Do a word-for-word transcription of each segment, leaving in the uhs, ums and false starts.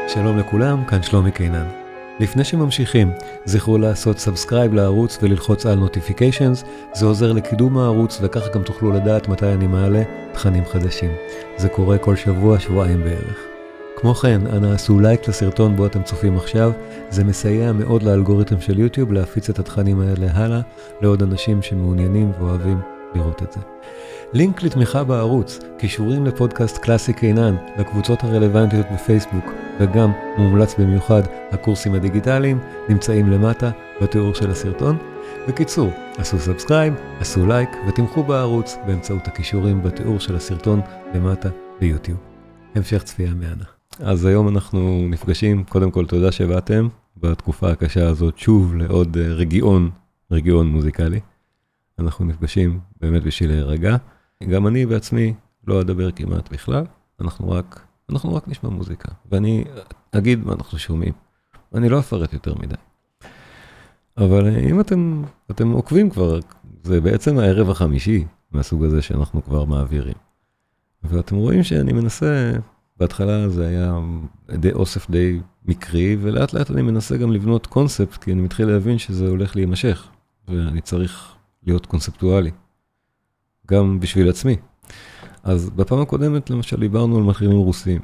שלום לכולם, כאן שלומי קינן. לפני שממשיכים, זכרו לעשות סאבסקרייב לערוץ וללחוץ על נוטיפיקיישנס, זה עוזר לקידום הערוץ וכך גם תוכלו לדעת מתי אני מעלה תכנים חדשים. זה קורה כל שבוע, שבועיים בערך. כמו כן, אנא עשו לייק לסרטון בו אתם צופים עכשיו, זה מסייע מאוד לאלגוריתם של יוטיוב להפיץ את התכנים האלה הלאה לעוד אנשים שמעוניינים ואוהבים לראות את זה. לינק לתמיכה בערוץ, קישורים לפודקאסט קלאסי קינן, לקבוצות הרלוונטיות בפייסבוק, וגם מומלץ במיוחד הקורסים הדיגיטליים, נמצאים למטה בתיאור של הסרטון. בקיצור, עשו סאבסקרייב, עשו לייק ותמכו בערוץ באמצעות הקישורים בתיאור של הסרטון למטה ביוטיוב. המשך צפייה מהנה. אז היום אנחנו נפגשים, קודם כל תודה שבאתם בתקופה הקשה הזאת שוב לעוד רגיעון, רגיעון מוזיקלי. אנחנו נפגשים באמת בשביל להירגע. גם אני בעצמי לא אדבר כמעט בכלל, אנחנו רק, אנחנו רק נשמע מוזיקה, ואני אגיד מה אנחנו שומעים, אני לא אפרט יותר מדי. אבל אם אתם, אתם עוקבים כבר, זה בעצם הערב החמישי מהסוג הזה שאנחנו כבר מעבירים. ואתם רואים שאני מנסה, בהתחלה זה היה די אוסף די מקרי, ולאט לאט אני מנסה גם לבנות קונספט, כי אני מתחיל להבין שזה הולך להימשך, ואני צריך להיות קונספטואלי. גם בשביל עצמי. אז בפעם הקודמת, למשל, דיברנו על מלחינים רוסיים.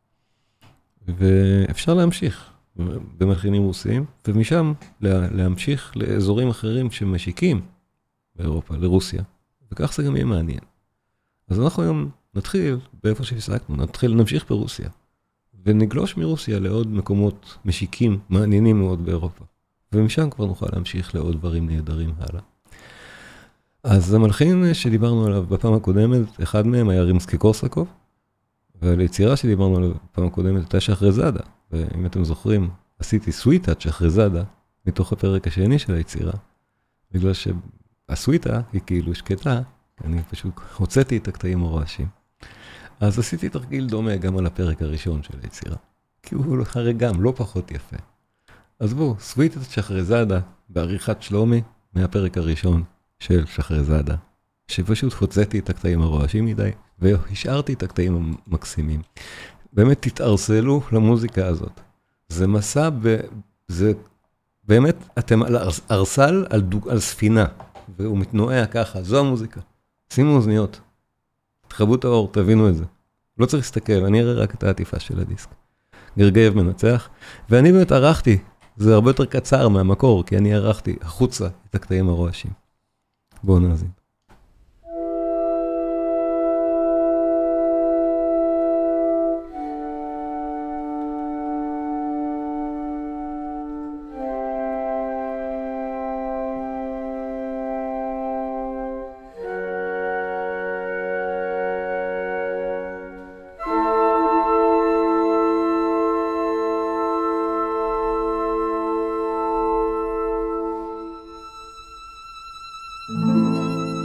ואפשר להמשיך במלחינים רוסיים, ומשם להמשיך לאזורים אחרים שמשיקים באירופה, לרוסיה. וכך זה גם יהיה מעניין. אז אנחנו היום נתחיל, באיפה שהפסקנו, נתחיל, נמשיך ברוסיה. ונגלוש מרוסיה לעוד מקומות משיקים, מעניינים מאוד באירופה. ומשם כבר נוכל להמשיך לעוד דברים נהדרים הלאה. אז המלחין שדיברנו עליו בפעם הקודמת, אחד מהם היה רימסקי-קורסקוב, והיצירה שדיברנו עליו בפעם הקודמת הייתה שחרזאדה, ואם אתם זוכרים, עשיתי סוויטה שחרזאדה, מתוך הפרק השני של היצירה, בגלל שהסוויטה היא כאילו שקטה, אני פשוט הוצאתי את הקטעים הרועשים. אז עשיתי תרגיל דומה גם על הפרק הראשון של היצירה, כי הוא הרי גם לא פחות יפה. אז בואו, סוויטה שחרזאדה, בעריכת שלומי, מהפרק הראשון, של שחרזאדה, שפשוט הוצאתי את הקטעים הרועשים מדי, והשארתי את הקטעים המקסימים. באמת תתארסלו למוזיקה הזאת. זה מסע, ב... זה באמת, אתם על ארסל על, דוג... על ספינה, והוא מתנועע ככה, זו המוזיקה. שימו אוזניות, תחבו את האור, תבינו את זה. לא צריך להסתכל, אני אראה רק את העטיפה של הדיסק. גרגייב מנצח, ואני באמת ערכתי, זה הרבה יותר קצר מהמקור, כי אני ערכתי החוצה את הקטעים הרועשים. בואו נאזין. Thank you.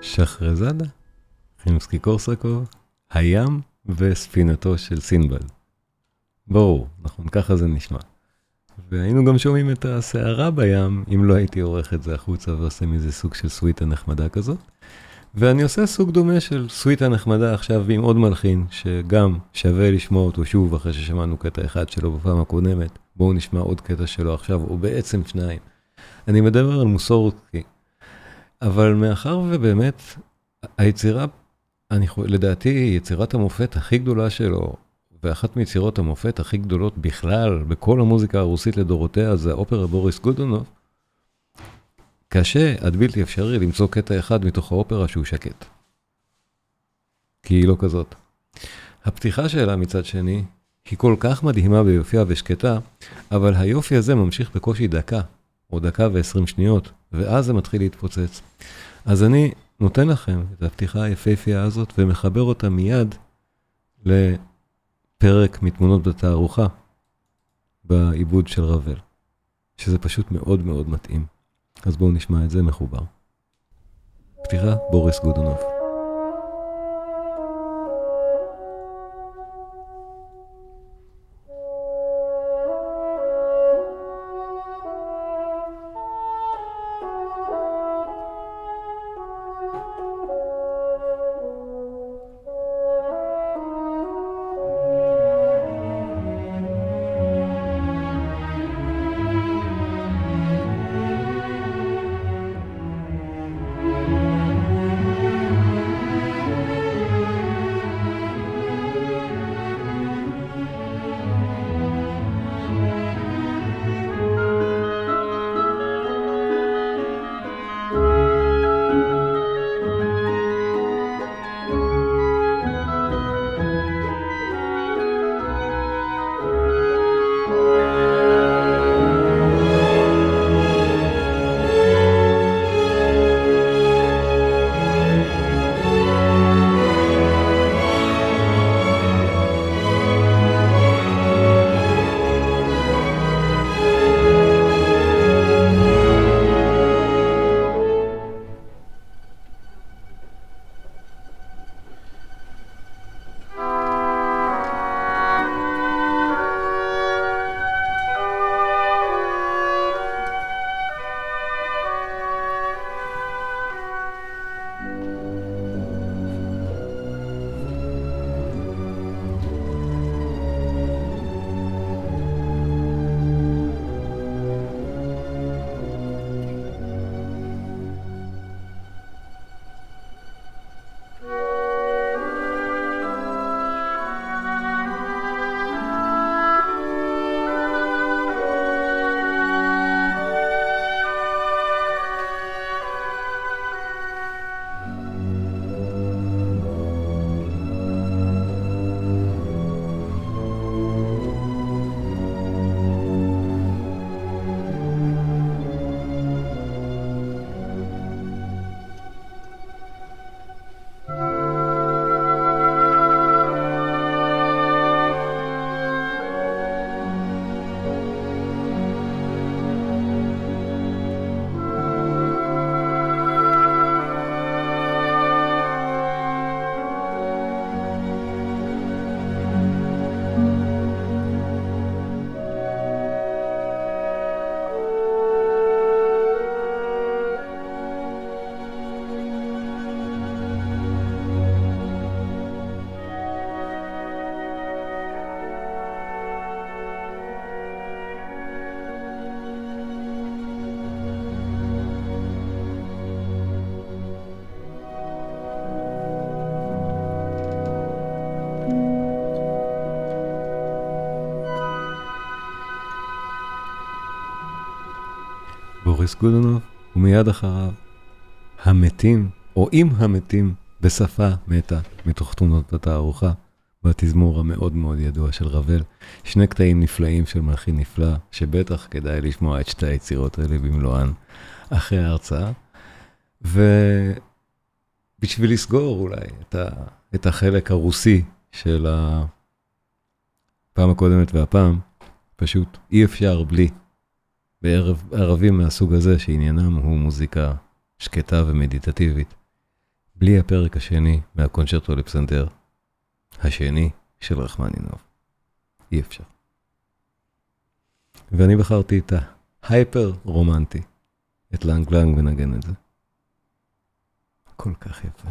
שחרזאדה, רימסקי קורסקוב, הים וספינתו של סינבד. ברור, נכון, ככה זה נשמע. והיינו גם שומעים את הסערה בים, אם לא הייתי עורך את זה החוצה ועושה מזה סוג של סוויטה נחמדה כזאת. ואני עושה סוג דומה של סוויטה נחמדה עכשיו עם עוד מלחין, שגם שווה לשמוע אותו שוב אחרי ששמענו קטע אחד שלו בפעם הקודמת. בואו נשמע עוד קטע שלו עכשיו, או בעצם שניים. אני מדבר על מוסורסקי. אבל מאחר ובאמת, היצירה, אני, לדעתי, יצירת המופת הכי גדולה שלו, ואחת מיצירות המופת הכי גדולות בכלל, בכל המוזיקה הרוסית לדורותיה, זה האופרה בוריס גודונוב. קשה עד בלתי אפשרי למצוא קטע אחד מתוך האופרה שהוא שקט. כי היא לא כזאת. הפתיחה שלה מצד שני, היא כל כך מדהימה ביופייה ושקטה, אבל היופי הזה ממשיך בקושי דקה, או דקה ועשרים שניות, ואז זה מתחיל להתפוצץ. אז אני נותן לכם את הפתיחה היפהפייה הזאת, ומחבר אותה מיד לפרק מתמונות בתערוכה, בעיבוד של רבל, שזה פשוט מאוד מאוד מתאים. אז בואו נשמע את זה מחובר. פתיחה, בוריס גודונוב. בוריס גודונוב, ומיד אחריו, המתים, או עם המתים, בשפה מתה, מתוך תמונות בתערוכה, בתזמור המאוד מאוד ידוע של רבל. שני קטעים נפלאים של מלחין נפלא, שבטח כדאי לשמוע את שתי היצירות האלה במלואן, אחרי ההרצאה. ובשביל לסגור אולי את, ה... את החלק הרוסי של הפעם הקודמת והפעם, פשוט אי אפשר בלי. בערבים מהסוג הזה שעניינם הוא מוזיקה שקטה ומדיטטיבית. בלי הפרק השני מהקונצ'רטו לפסנתר, השני של רחמנינוב. אי אפשר. ואני בחרתי את ההייפר רומנטי, את לנג לנג מנגן את זה. כל כך יפה.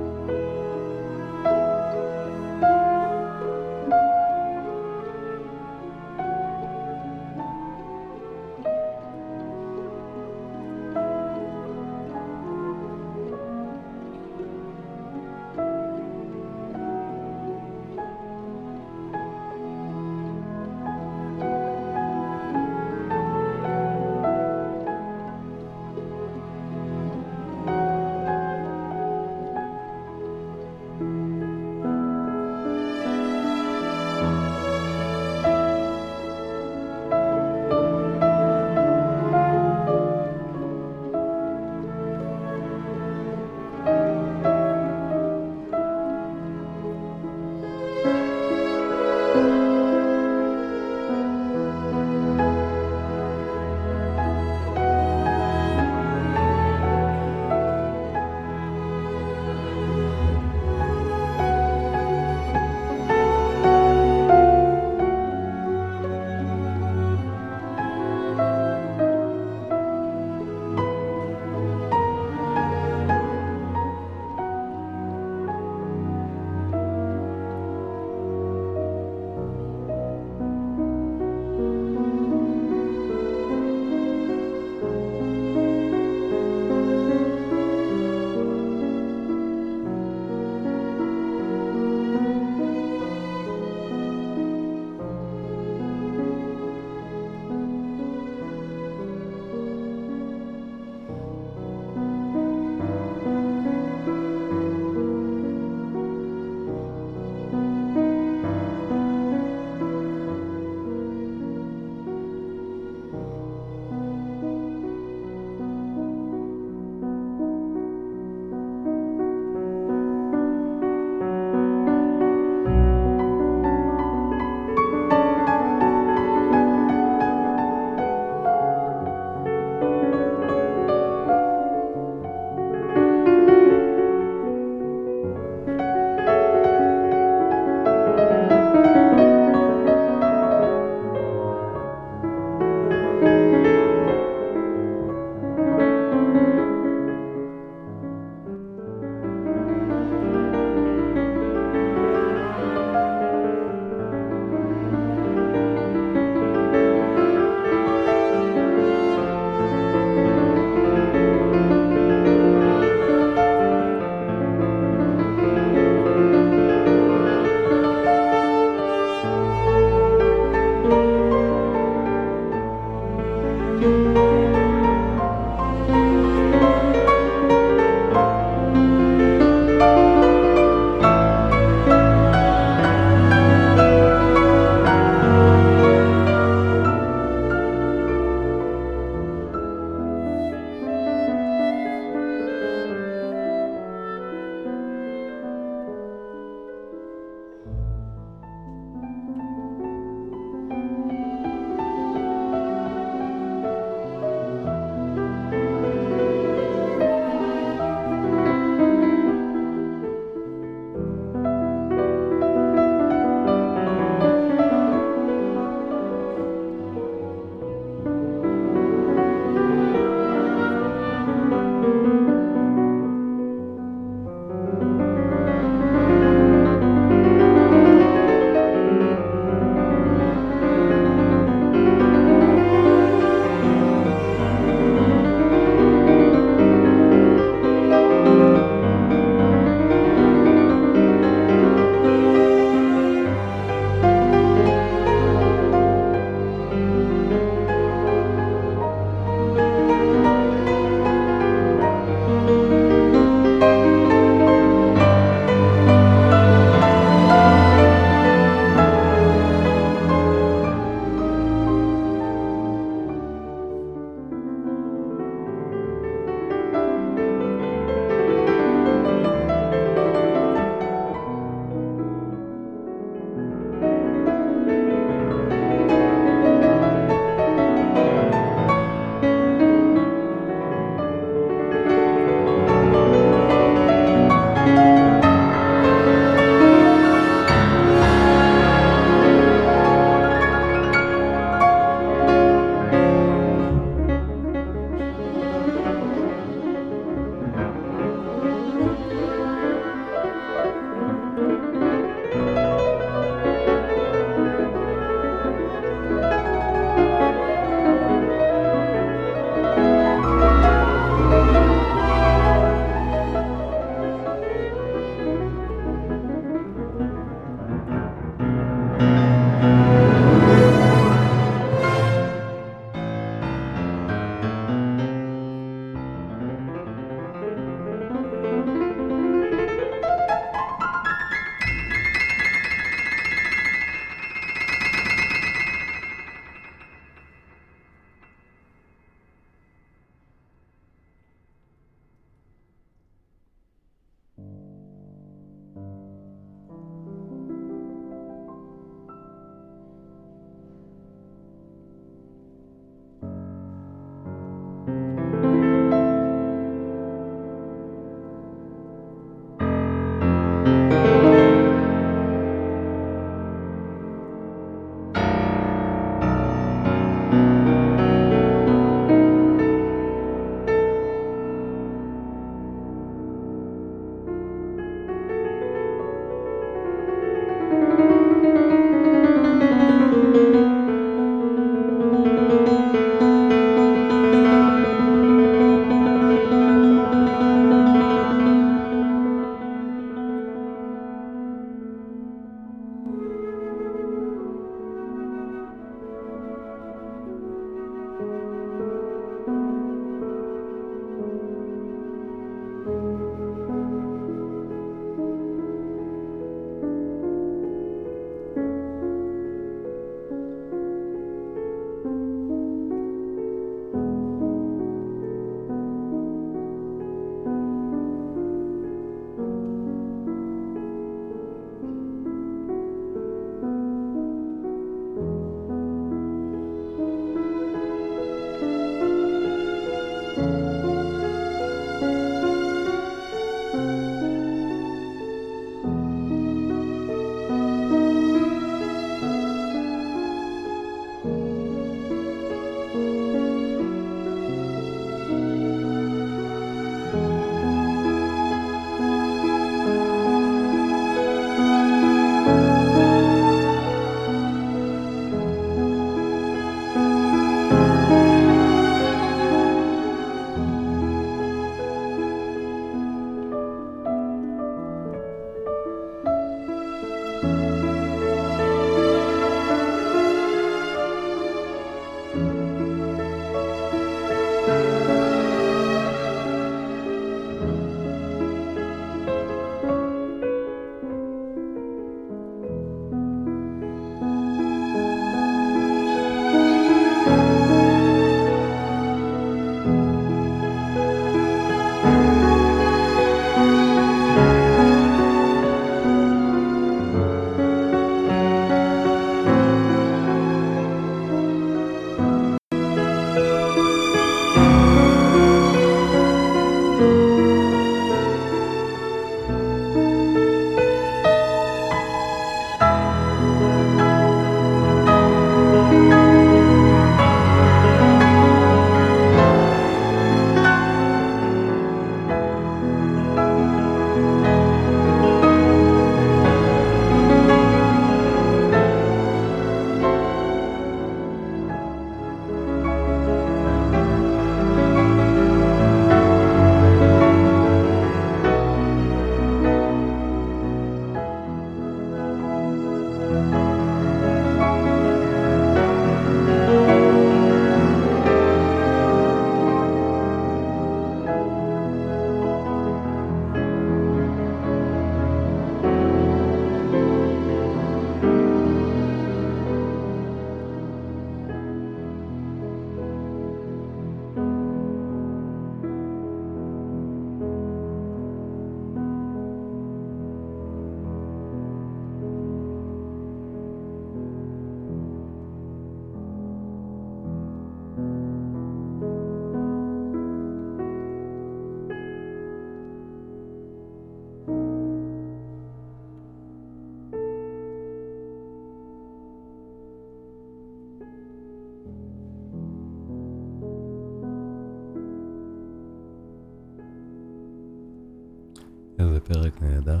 איזה פרק נהדר.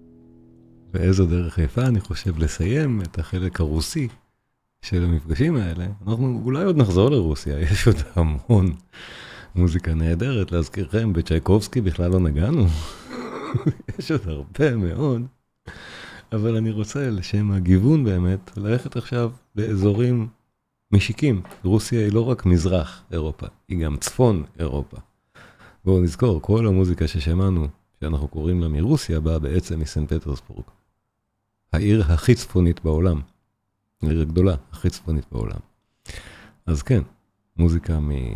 ואיזו דרך יפה אני חושב לסיים את החלק הרוסי של המפגשים האלה. אנחנו אולי עוד נחזור לרוסיה, יש עוד המון מוזיקה נהדרת. להזכירכם, בצ'ייקובסקי בכלל לא נגענו. יש עוד הרבה מאוד. אבל אני רוצה לשם הגיוון באמת, ללכת עכשיו לאזורים משיקים. רוסיה היא לא רק מזרח אירופה, היא גם צפון אירופה. בואו נזכור, כל המוזיקה ששמענו, שאנחנו קוראים לה מרוסיה, באה בעצם מסנט פטרסבורג. העיר הכי צפונית בעולם. העיר הגדולה, הכי צפונית בעולם. אז כן, מוזיקה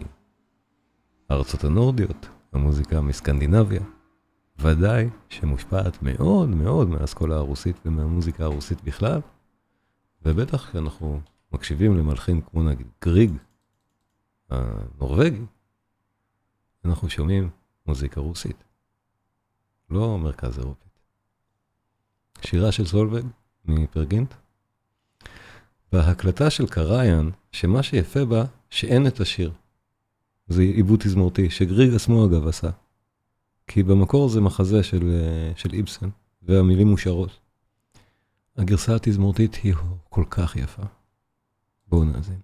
מארצות הנורדיות, המוזיקה מסקנדינביה, ודאי שמושפעת מאוד מאוד מהאסכולה הרוסית ומהמוזיקה הרוסית בכלל, ובטח כשאנחנו מקשיבים למלחין כמו נגיד גריג הנורווגי, אנחנו שומעים מוזיקה רוסית, לא מרכז אירופית. שירה של סולוויג מפרגינט, בהקלטה של קריין, שמה שיפה בה, שאין את השיר. זה עיבוד תזמורתי, שגריג עצמו אגב עשה. כי במקור זה מחזה של, של איבסן, והמילים מושרות. הגרסה התזמורתית היא כל כך יפה. בואו נאזין.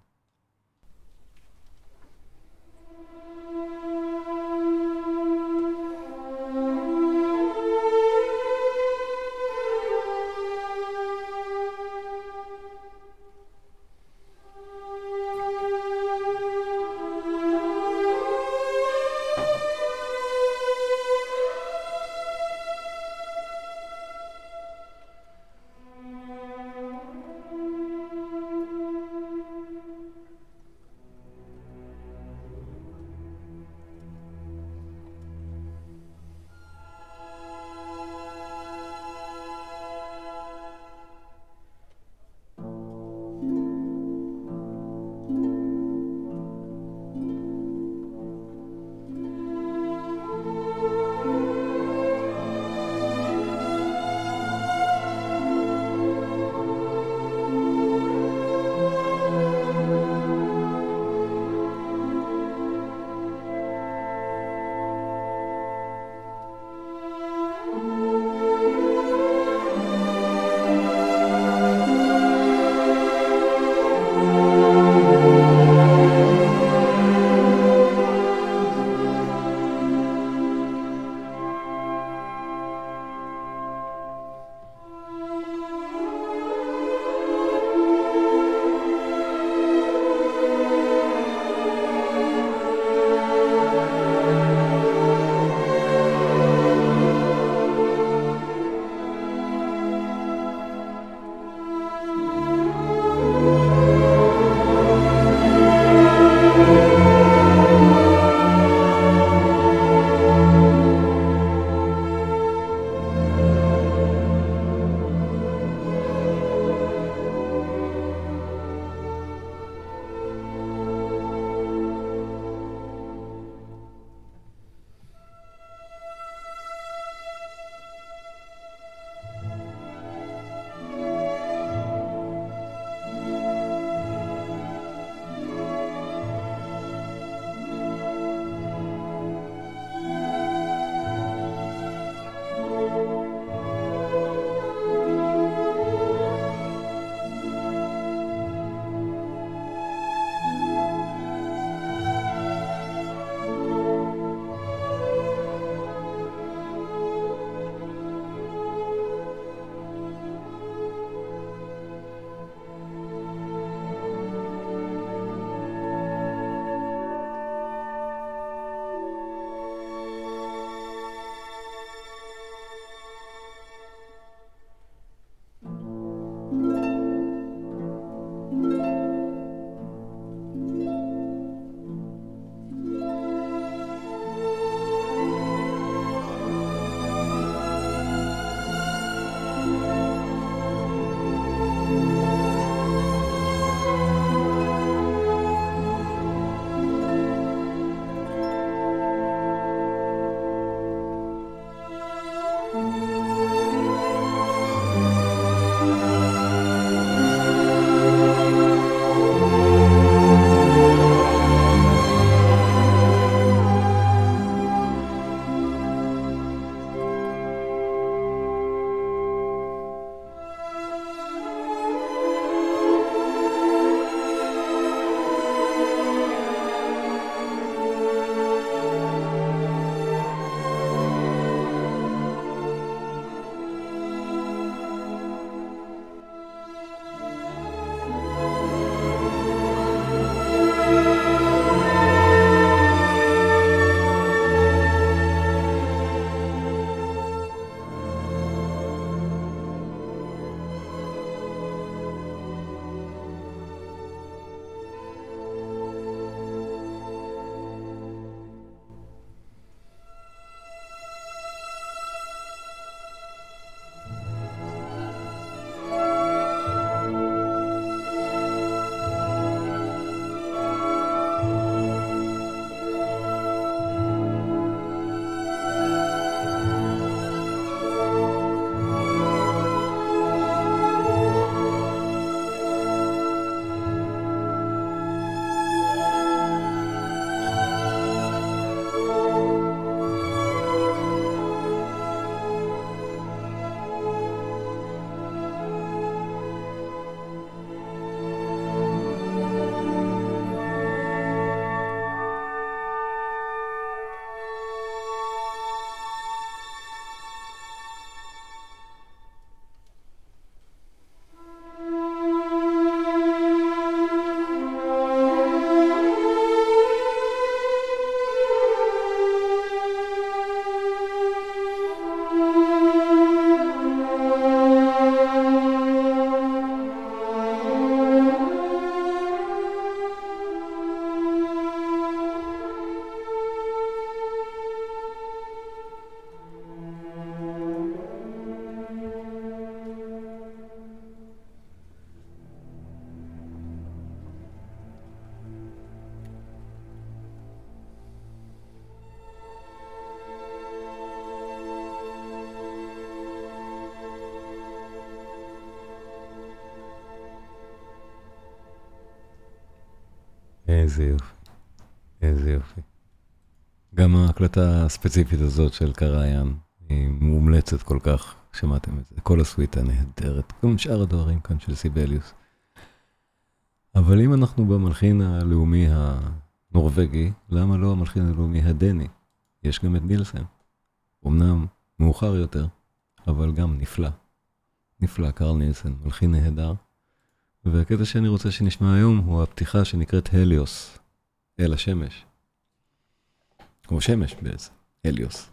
איזה יופי, איזה יופי. גם ההקלטה הספציפית הזאת של קריין, היא מומלצת כל כך, שמעתם את זה, כל הסוויטה נהדרת, גם שאר הדברים כאן של סיבליוס. אבל אם אנחנו במלחין הלאומי הנורווגי, למה לא המלחין הלאומי הדני? יש גם את נילסן. אמנם מאוחר יותר, אבל גם נפלא. נפלא, קרל נילסן, מלחין נהדר. והקטע שאני רוצה שנשמע היום הוא הפתיחה שנקראת הליוס, אל השמש. או שמש בעצם, הליוס.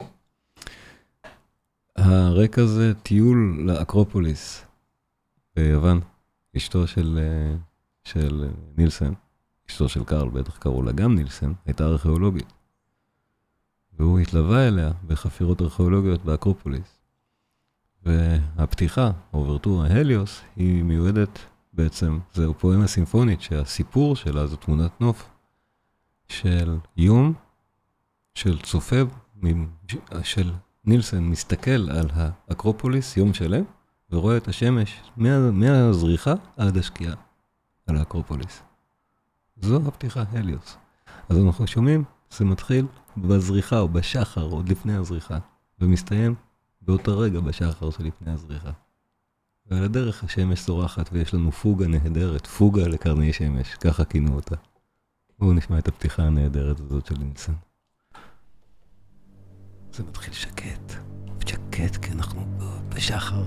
הרקע זה טיול לאקרופוליס ביוון, אשתו של, של נילסן, אשתו של קרל, בטח קראו לה גם נילסן, הייתה ארכיאולוגית. והוא התלווה אליה בחפירות ארכיאולוגיות באקרופוליס. והפתיחה, אוברטורה הליוס, היא מיועדת בעצם, זהו פואמה סימפונית שהסיפור שלה זו תמונת נוף של יום, של צופה, של נילסן מסתכל על האקרופוליס יום שלם, ורואה את השמש מה, מהזריחה עד השקיעה על האקרופוליס. זו הפתיחה הליוס. אז אנחנו שומעים, זה מתחיל בזריחה או בשחר, עוד לפני הזריחה, ומסתיים באותו רגע בשחר שלפני הזריחה. ועל הדרך השמש זורחת ויש לנו פוגה נהדרת, פוגה לקרני שמש, ככה כינו אותה. בואו נשמע את הפתיחה הנהדרת הזאת של נילסן. זה מתחיל שקט, שקט כי אנחנו בשחר.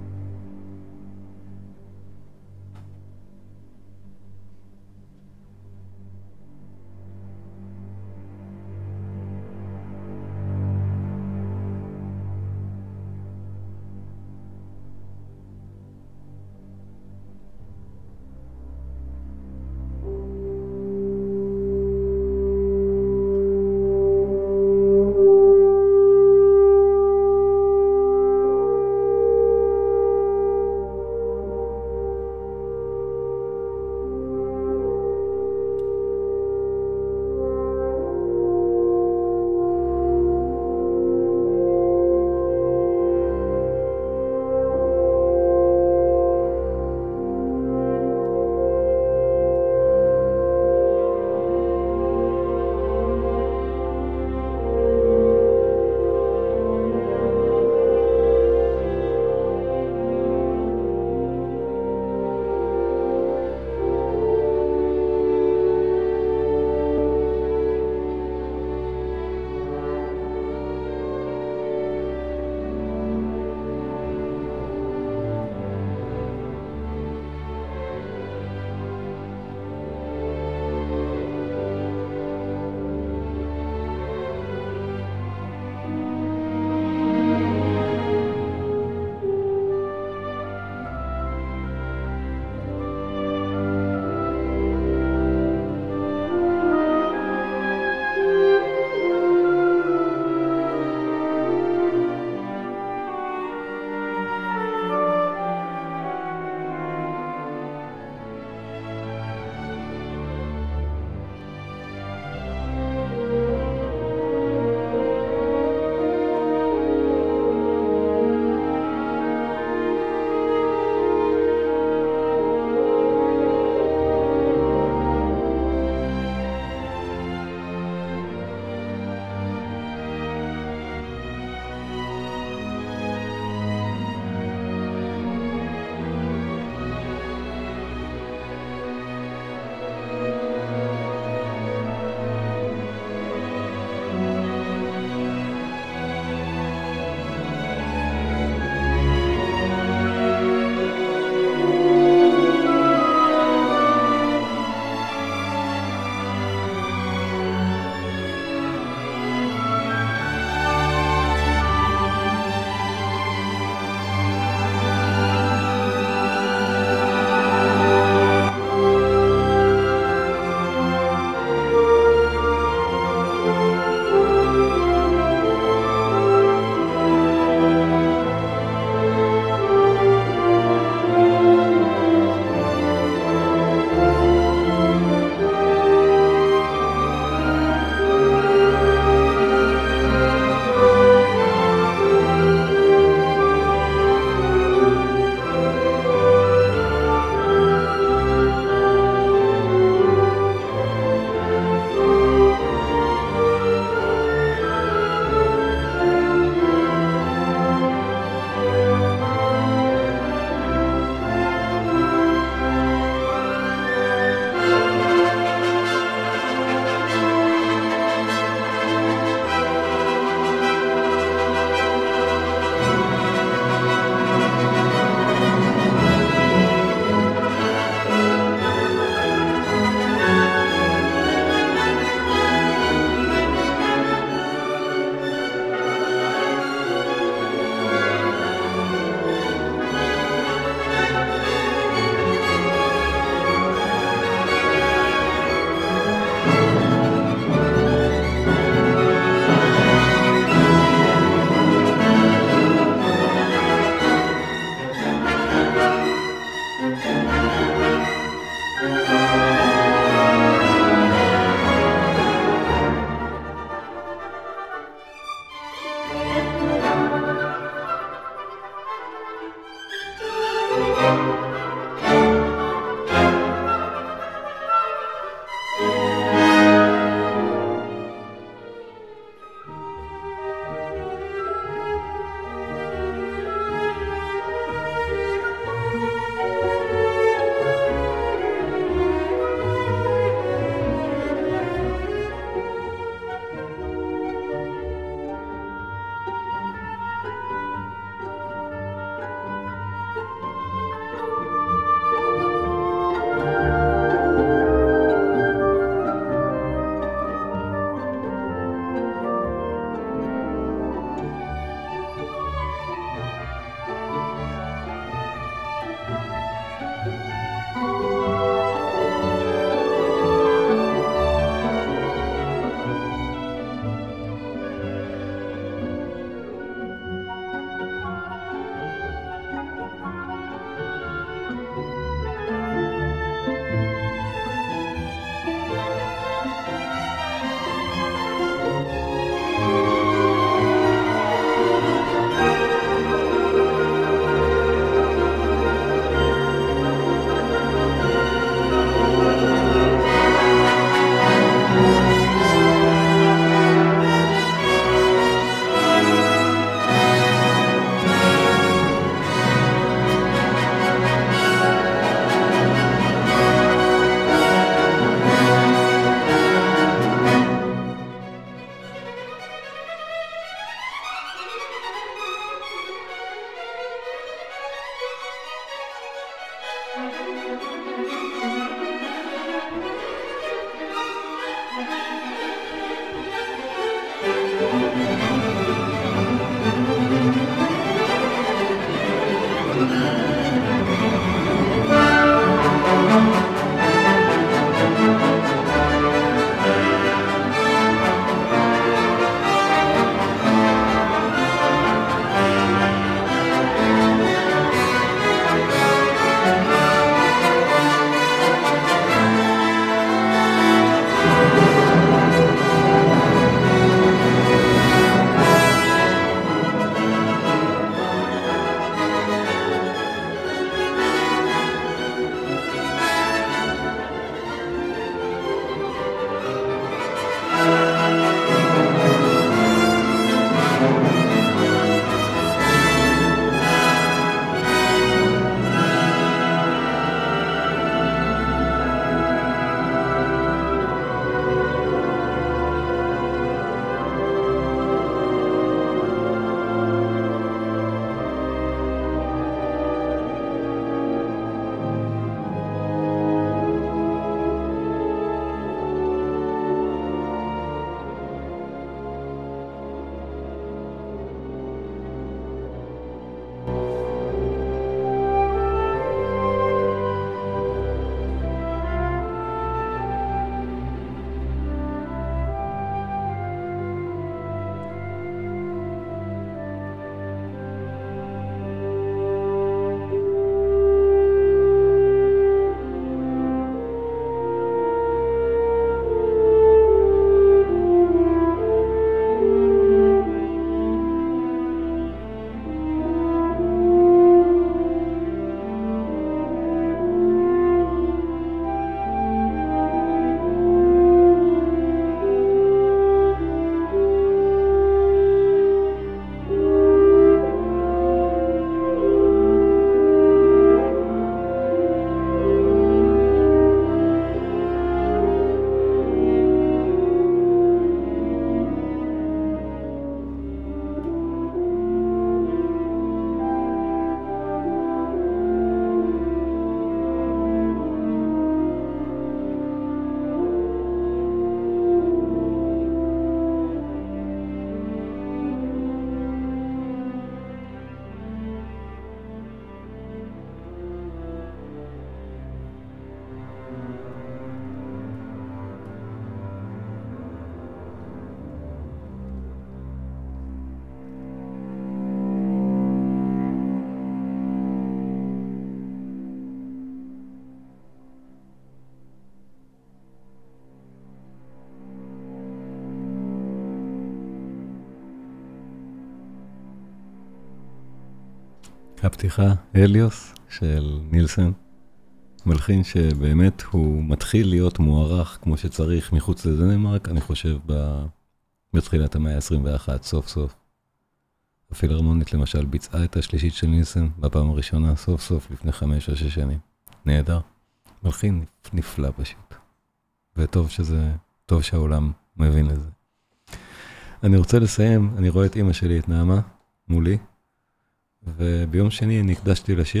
הפתיחה, הליוס של נילסן, מלחין שבאמת הוא מתחיל להיות מוערך כמו שצריך מחוץ לדנמרק, אני חושב בתחילת המאה ה-עשרים ואחת, סוף סוף. הפילהרמונית למשל ביצעה את השלישית של נילסן בפעם הראשונה, סוף סוף לפני חמש או שש שנים. נהדר. מלחין נפלא פשוט. וטוב שזה, טוב שהעולם מבין את זה. אני רוצה לסיים, אני רואה את אמא שלי, את נעמה, מולי, וביום שני אני הקדשתי לשיר,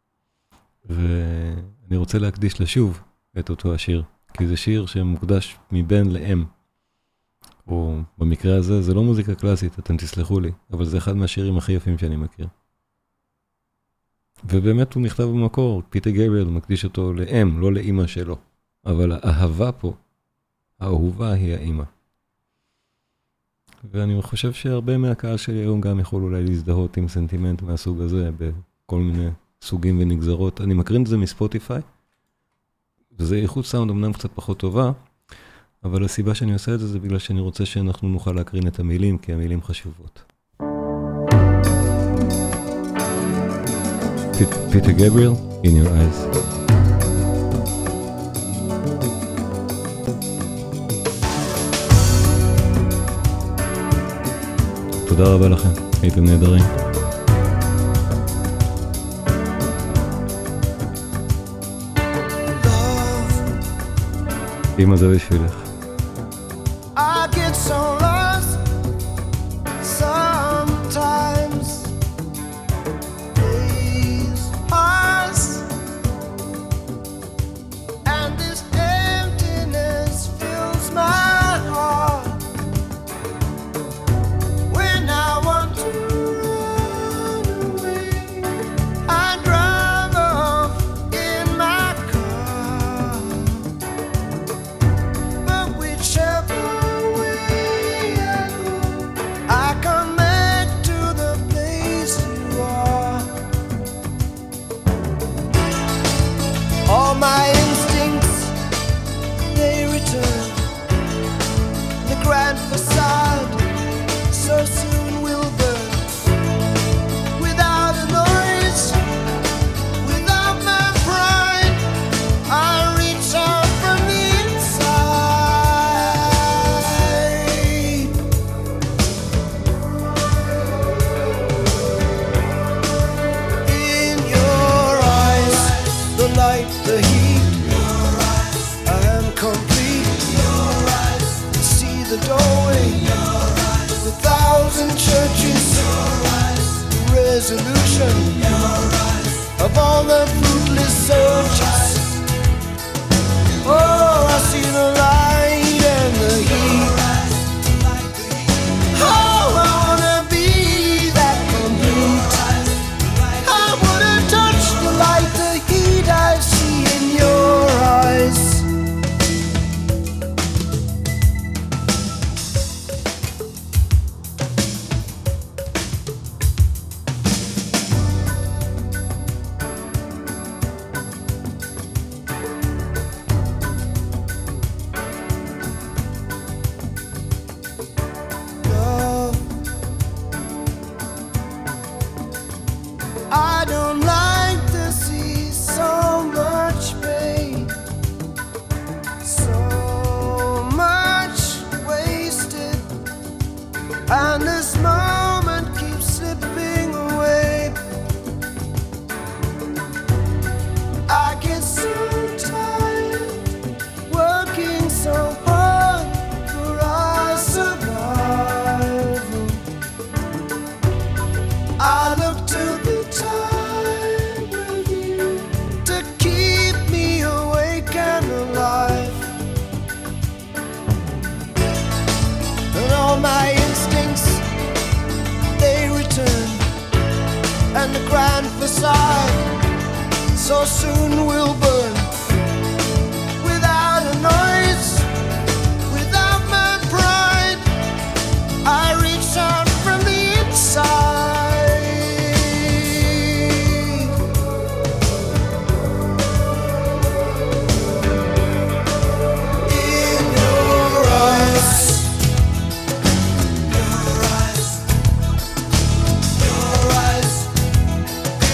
ואני רוצה להקדיש לשוב את אותו השיר, כי זה שיר שמוקדש מבן לאם, או במקרה הזה, זה לא מוזיקה קלאסית, אתם תסלחו לי, אבל זה אחד מהשירים הכי יפים שאני מכיר. ובאמת הוא נכתב במקור, פיטר גבריאל מקדיש אותו לאם, לא לאמא שלו, אבל האהבה פה, האהובה היא האמא. ואני חושב שהרבה מהקהל שלי היום גם יכול אולי להזדהות עם סנטימנט מהסוג הזה, בכל מיני סוגים ונגזרות. אני מקרין את זה מספוטיפיי, וזה איכות סאונד אמנם קצת פחות טובה, אבל הסיבה שאני עושה את זה זה בגלל שאני רוצה שאנחנו נוכל להקרין את המילים, כי המילים חשובות. Peter Gabriel, In Your Eyes. תודה רבה לכם, הייתם נהדרים. אמא זה בשבילך. I get so lost sometimes. Days pass and this emptiness fills my heart. When I want to run away, I drive off in my car. But whichever way I go, I come back to the place you are. All my instincts, they return. The grand facade so soon will burn. Without a noise, without my pride, I reach out from the inside. In your eyes, the light, the heat, I am complete. See the doorway, the thousand churches, the resolution of all the fruitless searches. Oh, I see the light and the heat. Oh, I wanna be that complete. I wanna touch the light, the heat I see in your eyes. Love, I don't like to see so much pain, so much wasted, and this moment keeps slipping away. I get so tired working so hard for our survival. I look to the time with you to keep me awake and alive. And all my instincts, they return. And the grand facade so soon will burn. Without a noise, without my pride, I reach out from the inside. In your eyes, your eyes, your eyes,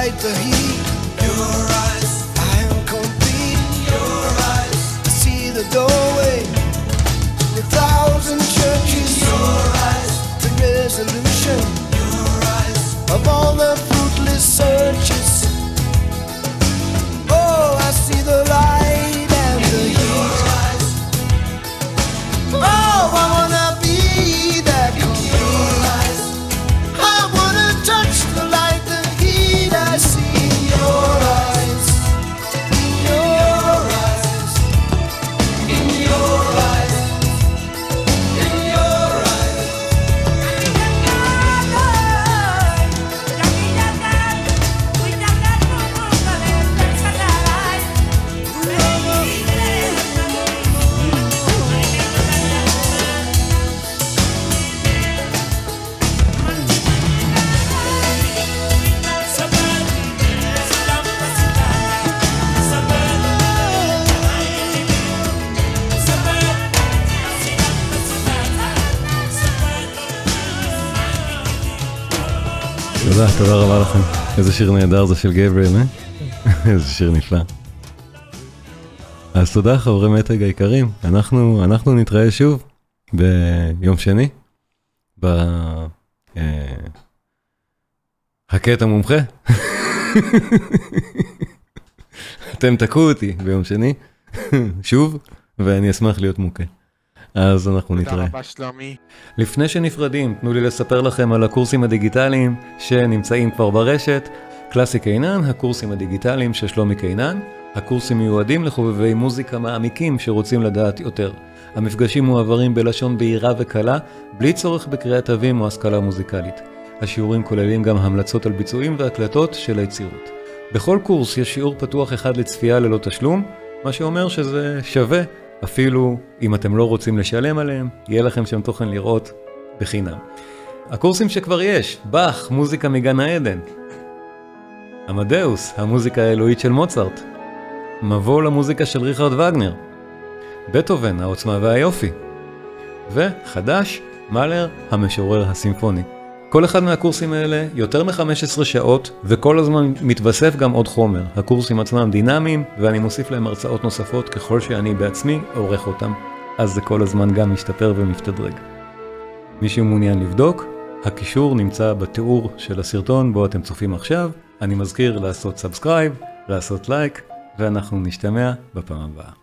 light the heat. Your eyes, I am complete. Your eyes, I see the doorway to a thousand churches. Your eyes, the resolution. Your eyes, of all the fruitless searches. Oh, I see the light and the heat. Oh, I wanna be that complete. I wanna touch the light, the heat I see in your eyes. In your eyes. In your eyes. In your eyes. תודה, תודה רבה לכם. איזה שיר נהדר זה של גבריאל, אה? איזה שיר נפלא. אז תודה חברי מתג היקרים. אנחנו, אנחנו נתראה שוב ביום שני. ב... אה... חכה את המומחה. אתם תקעו אותי ביום שני. שוב, ואני אשמח להיות מוכה. אז אנחנו נתראה. תודה רבה שלומי. לפני שנפרדים, תנו לי לספר לכם על הקורסים הדיגיטליים שנמצאים כבר ברשת. קלאסי קינן, הקורסים הדיגיטליים של שלומי קינן. הקורסים מיועדים לחובבי מוזיקה מעמיקים שרוצים לדעת יותר. המפגשים מועברים בלשון בהירה וקלה, בלי צורך בקריאת תווים או השכלה מוזיקלית. השיעורים כוללים גם המלצות על ביצועים והקלטות של היצירות. בכל קורס יש שיעור פתוח אחד לצפייה ללא תשלום, מה שאומר שזה שווה. אפילו אם אתם לא רוצים לשלם עליהם, יהיה לכם שם תוכן לראות בחינם. הקורסים שכבר יש, באך, מוזיקה מגן העדן. עמדאוס, המוזיקה האלוהית של מוצרט. מבוא למוזיקה של ריכרד וגנר. בטהובן, העוצמה והיופי. וחדש, מאלר, המשורר הסימפוני. כל אחד מהקורסים האלה יותר מ-חמש עשרה שעות, וכל הזמן מתווסף גם עוד חומר. הקורסים עצמם דינמיים, ואני מוסיף להם הרצאות נוספות ככל שאני בעצמי עורך אותם. אז זה כל הזמן גם משתפר ומפתדרג. מי שמעוניין לבדוק, הקישור נמצא בתיאור של הסרטון בו אתם צופים עכשיו. אני מזכיר לעשות סאבסקרייב, לעשות לייק, ואנחנו נשתמע בפעם הבאה.